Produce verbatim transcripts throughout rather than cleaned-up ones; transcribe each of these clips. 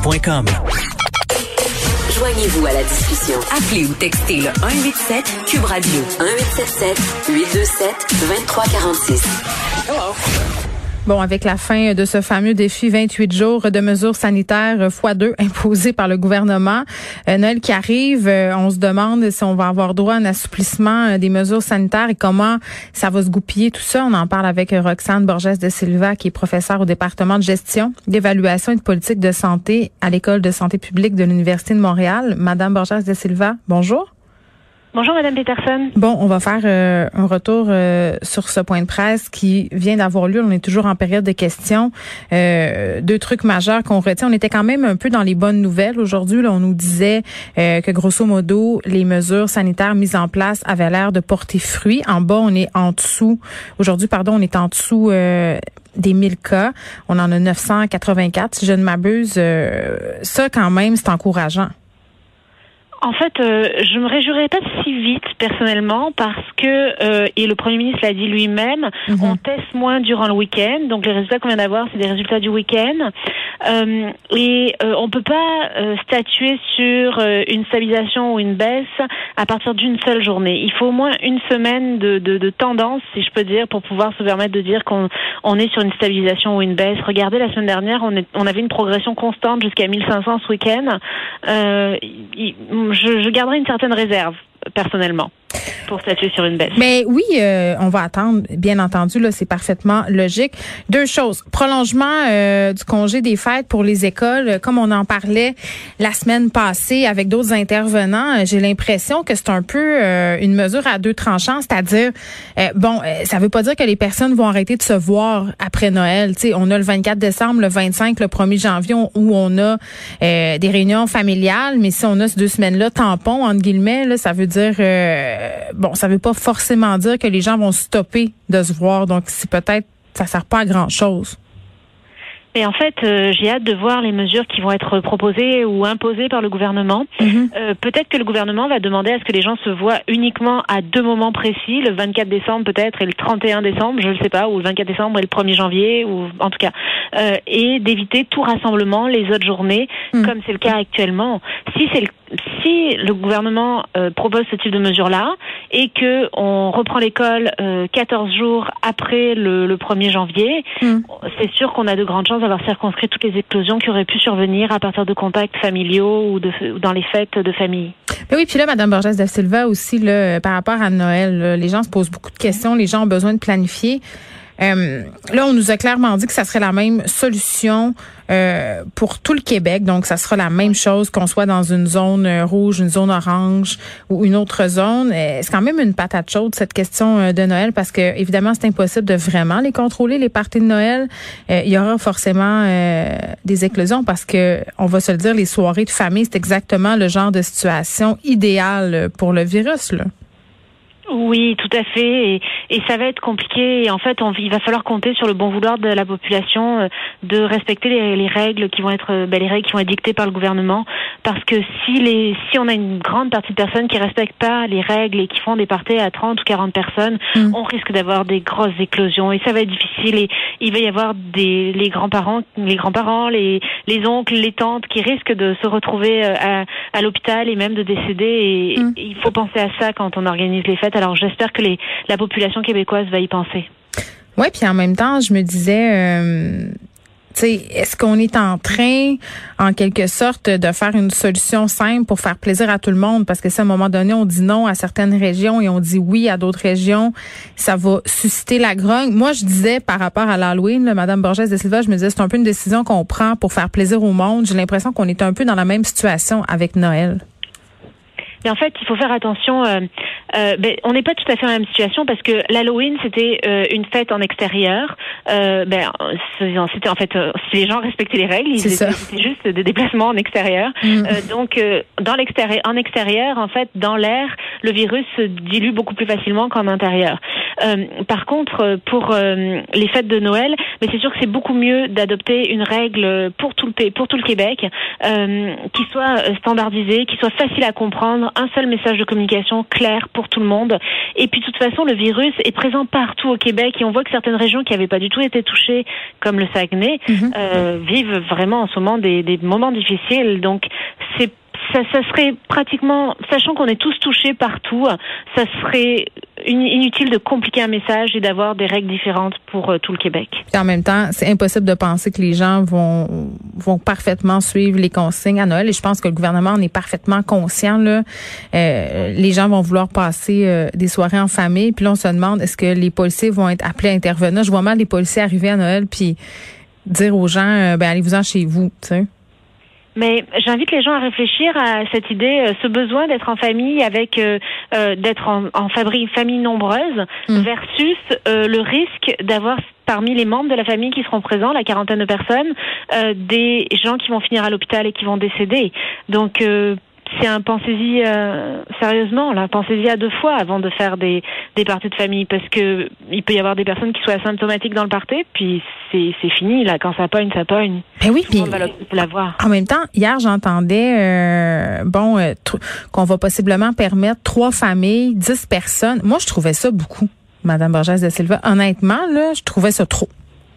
point com. Joignez-vous à la discussion. Appelez ou textez le un huit sept Cube Radio un huit sept sept huit deux sept deux trois quatre six. Hello. Bon, avec la fin de ce fameux défi vingt-huit jours de mesures sanitaires fois deux imposées par le gouvernement, euh, Noël qui arrive, euh, on se demande si on va avoir droit à un assouplissement euh, des mesures sanitaires et comment ça va se goupiller tout ça. On en parle avec Roxane Borges de Silva, qui est professeure au département de gestion, d'évaluation et de politique de santé à l'École de santé publique de l'Université de Montréal. Madame Borges de Silva, bonjour. Bonjour, Madame Peterson. Bon, on va faire euh, un retour euh, sur ce point de presse qui vient d'avoir lieu. On est toujours en période de questions. Euh, deux trucs majeurs qu'on retient. On était quand même un peu dans les bonnes nouvelles. Aujourd'hui, là, on nous disait euh, que grosso modo, les mesures sanitaires mises en place avaient l'air de porter fruit. En bas, on est en dessous. Aujourd'hui, pardon, on est en dessous euh, des mille cas. On en a neuf cent quatre-vingt-quatre, si je ne m'abuse. Euh, ça, quand même, c'est encourageant. En fait, euh, je me réjouirais pas si vite personnellement parce que euh, et le Premier ministre l'a dit lui-même, mm-hmm. on teste moins durant le week-end, donc les résultats qu'on vient d'avoir, c'est des résultats du week-end, euh, et euh, on peut pas euh, statuer sur euh, une stabilisation ou une baisse à partir d'une seule journée. Il faut au moins une semaine de, de, de tendance, si je peux dire, pour pouvoir se permettre de dire qu'on on est sur une stabilisation ou une baisse. Regardez, la semaine dernière, on, est, on avait une progression constante jusqu'à mille cinq cents ce week-end. Euh, il, Je, je garderai une certaine réserve, personnellement, pour statuer sur une baisse. Mais oui, euh, on va attendre, bien entendu, là, c'est parfaitement logique. Deux choses. Prolongement euh, du congé des fêtes pour les écoles, comme on en parlait la semaine passée avec d'autres intervenants, j'ai l'impression que c'est un peu euh, une mesure à deux tranchants, c'est-à-dire, euh, bon, euh, ça veut pas dire que les personnes vont arrêter de se voir après Noël. Tu sais, on a le vingt-quatre décembre, le vingt-cinq, le premier janvier, où on a euh, des réunions familiales, mais si on a ces deux semaines-là, tampon, entre guillemets, là, ça veut dire... Euh, bon, ça veut pas forcément dire que les gens vont stopper de se voir. Donc, c'est peut-être, ça sert pas à grand-chose. Et en fait, euh, j'ai hâte de voir les mesures qui vont être proposées ou imposées par le gouvernement. Mm-hmm. Euh, peut-être que le gouvernement va demander à ce que les gens se voient uniquement à deux moments précis, le vingt-quatre décembre peut-être et le trente et un décembre, je ne sais pas, ou le vingt-quatre décembre et le premier janvier, ou en tout cas, euh, et d'éviter tout rassemblement les autres journées, mm. comme c'est le cas actuellement. Si c'est le Si le gouvernement euh, propose ce type de mesures-là et que on reprend l'école euh, quatorze jours après le, le premier janvier, mm. c'est sûr qu'on a de grandes chances d'avoir circonscrit toutes les éclosions qui auraient pu survenir à partir de contacts familiaux ou, de, ou dans les fêtes de famille. Mais oui, puis là, Mme Borges de Silva aussi, là, par rapport à Noël, là, les gens se posent beaucoup de questions, les gens ont besoin de planifier. Euh, là, on nous a clairement dit que ça serait la même solution euh, pour tout le Québec. Donc, ça sera la même chose qu'on soit dans une zone rouge, une zone orange ou une autre zone. Euh, c'est quand même une patate chaude, cette question de Noël, parce que évidemment, c'est impossible de vraiment les contrôler, les parties de Noël. Euh, il y aura forcément euh, des éclosions parce que, on va se le dire, les soirées de famille, c'est exactement le genre de situation idéale pour le virus, là. Oui, tout à fait. Et, et ça va être compliqué. Et en fait, on, il va falloir compter sur le bon vouloir de la population euh, de respecter les, les règles qui vont être, ben, les règles qui vont être dictées par le gouvernement. Parce que si les, si on a une grande partie de personnes qui respectent pas les règles et qui font des parties à trente ou quarante personnes, mmh. on risque d'avoir des grosses éclosions. Et ça va être difficile. Et il va y avoir des, les grands-parents, les grands-parents, les, les oncles, les tantes qui risquent de se retrouver à, à l'hôpital et même de décéder. Et, mmh. et il faut penser à ça quand on organise les fêtes. Alors j'espère que les, la population québécoise va y penser. Oui, puis en même temps, je me disais, euh, tu sais, est-ce qu'on est en train, en quelque sorte, de faire une solution simple pour faire plaisir à tout le monde? Parce que si à un moment donné, on dit non à certaines régions et on dit oui à d'autres régions, ça va susciter la grogne. Moi, je disais par rapport à l'Halloween, là, Mme Borges de Silva, je me disais, c'est un peu une décision qu'on prend pour faire plaisir au monde. J'ai l'impression qu'on est un peu dans la même situation avec Noël. Mais en fait, il faut faire attention. Euh, euh, ben, on n'est pas tout à fait dans la même situation parce que l'Halloween, c'était euh, une fête en extérieur. Euh, ben, c'était en fait, euh, si les gens respectaient les règles, ils étaient, c'était juste des déplacements en extérieur. Mmh. Euh, donc, euh, dans l'extérieur, en extérieur, en fait, dans l'air, le virus se dilue beaucoup plus facilement qu'en intérieur. Euh, par contre, pour euh, les fêtes de Noël, mais c'est sûr que c'est beaucoup mieux d'adopter une règle pour tout le pour tout le Québec, euh, qui soit standardisée, qui soit facile à comprendre, un seul message de communication clair pour tout le monde. Et puis de toute façon, le virus est présent partout au Québec et on voit que certaines régions qui n'avaient pas du tout été touchées, comme le Saguenay, mm-hmm. euh, vivent vraiment en ce moment des, des moments difficiles. Donc c'est Ça, ça serait pratiquement, sachant qu'on est tous touchés partout, ça serait inutile de compliquer un message et d'avoir des règles différentes pour euh, tout le Québec. Et en même temps, c'est impossible de penser que les gens vont vont parfaitement suivre les consignes à Noël. Et je pense que le gouvernement en est parfaitement conscient. Là, euh, les gens vont vouloir passer euh, des soirées en famille. Puis là, on se demande est-ce que les policiers vont être appelés à intervenir. Je vois mal les policiers arriver à Noël puis dire aux gens, euh, ben allez-vous-en chez vous, tu sais. Mais j'invite les gens à réfléchir à cette idée, euh, ce besoin d'être en famille avec, euh, euh, d'être en, en fabri- famille nombreuse mmh. versus euh, le risque d'avoir parmi les membres de la famille qui seront présents, la quarantaine de personnes, euh, des gens qui vont finir à l'hôpital et qui vont décéder. Donc euh, c'est un pensez-y euh, sérieusement, là, pensez-y à deux fois avant de faire des des parties de famille, parce que il peut y avoir des personnes qui soient asymptomatiques dans le party, puis c'est c'est fini là, quand ça pogne, ça pogne. Ben oui, puis la voir. En même temps, hier j'entendais euh, bon euh, tr- qu'on va possiblement permettre trois familles, dix personnes. Moi, je trouvais ça beaucoup, Madame Borges de Silva. Honnêtement, là, je trouvais ça trop.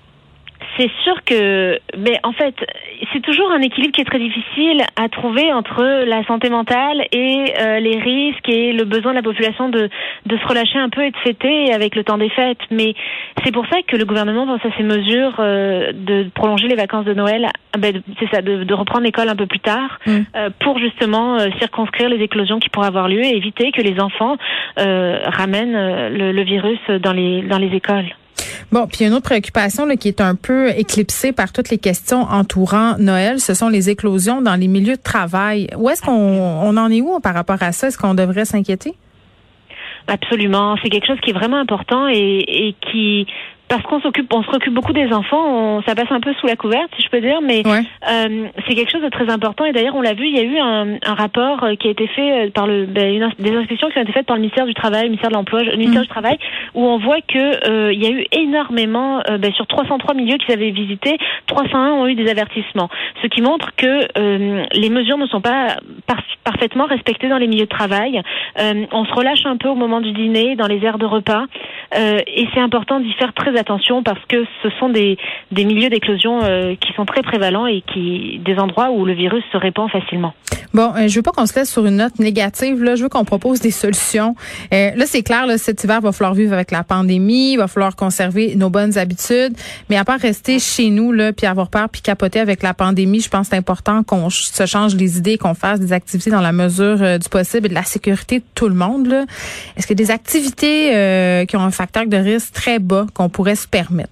C'est sûr que, mais en fait, c'est toujours un équilibre qui est très difficile à trouver entre la santé mentale et euh, les risques et le besoin de la population de de se relâcher un peu et de fêter avec le temps des fêtes. Mais c'est pour ça que le gouvernement pense à ces mesures euh, de prolonger les vacances de Noël. Ben, c'est ça, de, de reprendre l'école un peu plus tard mmh. euh, pour justement euh, circonscrire les éclosions qui pourraient avoir lieu et éviter que les enfants euh, ramènent euh, le, le virus dans les dans les écoles. Bon, puis il y a une autre préoccupation là, qui est un peu éclipsée par toutes les questions entourant Noël, ce sont les éclosions dans les milieux de travail. Où est-ce qu'on on en est où par rapport à ça? Est-ce qu'on devrait s'inquiéter? Absolument, c'est quelque chose qui est vraiment important et, et qui... Parce qu'on s'occupe, on se préoccupe beaucoup des enfants, on, ça passe un peu sous la couverte, si je peux dire, mais ouais. euh, c'est quelque chose de très important. Et d'ailleurs, on l'a vu, il y a eu un, un rapport qui a été fait par le, ben, une, des inspections qui ont été faites par le ministère du Travail, le ministère de l'Emploi, le ministère mmh. du Travail, où on voit que euh, il y a eu énormément, euh, ben, sur trois cent trois milieux qu'ils avaient visités, trois cent un ont eu des avertissements, ce qui montre que euh, les mesures ne sont pas par, parfaitement respectées dans les milieux de travail. Euh, on se relâche un peu au moment du dîner, dans les aires de repas, euh, et c'est important d'y faire très attention parce que ce sont des, des milieux d'éclosion euh, qui sont très prévalents et qui des endroits où le virus se répand facilement. Bon, euh, je veux pas qu'on se laisse sur une note négative. Là, je veux qu'on propose des solutions. Euh, là, c'est clair, là, cet hiver, il va falloir vivre avec la pandémie, il va falloir conserver nos bonnes habitudes, mais à part rester chez nous là, puis avoir peur, puis capoter avec la pandémie, je pense que c'est important qu'on ch- se change les idées, qu'on fasse des activités dans la mesure euh, du possible et de la sécurité de tout le monde. Là. Est-ce qu'il y a des activités euh, qui ont un facteur de risque très bas qu'on pourrait se permettre?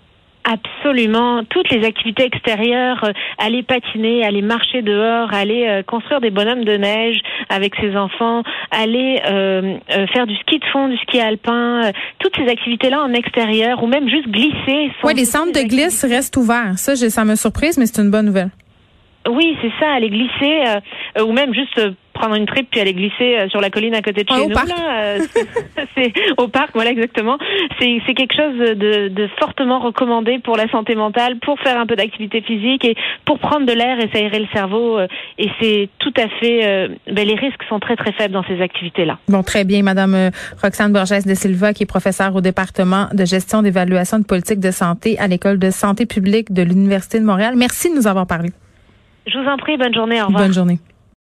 Absolument. Toutes les activités extérieures, euh, aller patiner, aller marcher dehors, aller euh, construire des bonhommes de neige avec ses enfants, aller euh, euh, faire du ski de fond, du ski alpin, euh, toutes ces activités-là en extérieur ou même juste glisser. Oui, les centres de glisse restent ouverts. Ça, j'ai, ça m'a surprise, mais c'est une bonne nouvelle. Oui, c'est ça, aller glisser euh, ou même juste euh, prendre une tripe puis aller glisser euh, sur la colline à côté de chez ah, nous. Parc. Là, euh, c'est, c'est au parc, voilà exactement. C'est, c'est quelque chose de, de fortement recommandé pour la santé mentale, pour faire un peu d'activité physique et pour prendre de l'air et s'aérer le cerveau. Euh, et c'est tout à fait, euh, ben, les risques sont très très faibles dans ces activités-là. Bon, très bien, Madame euh, Roxane Borges de Silva, qui est professeure au département de gestion d'évaluation de politique de santé à l'École de santé publique de l'Université de Montréal. Merci de nous avoir parlé. Je vous en prie, bonne journée, au revoir. Bonne journée.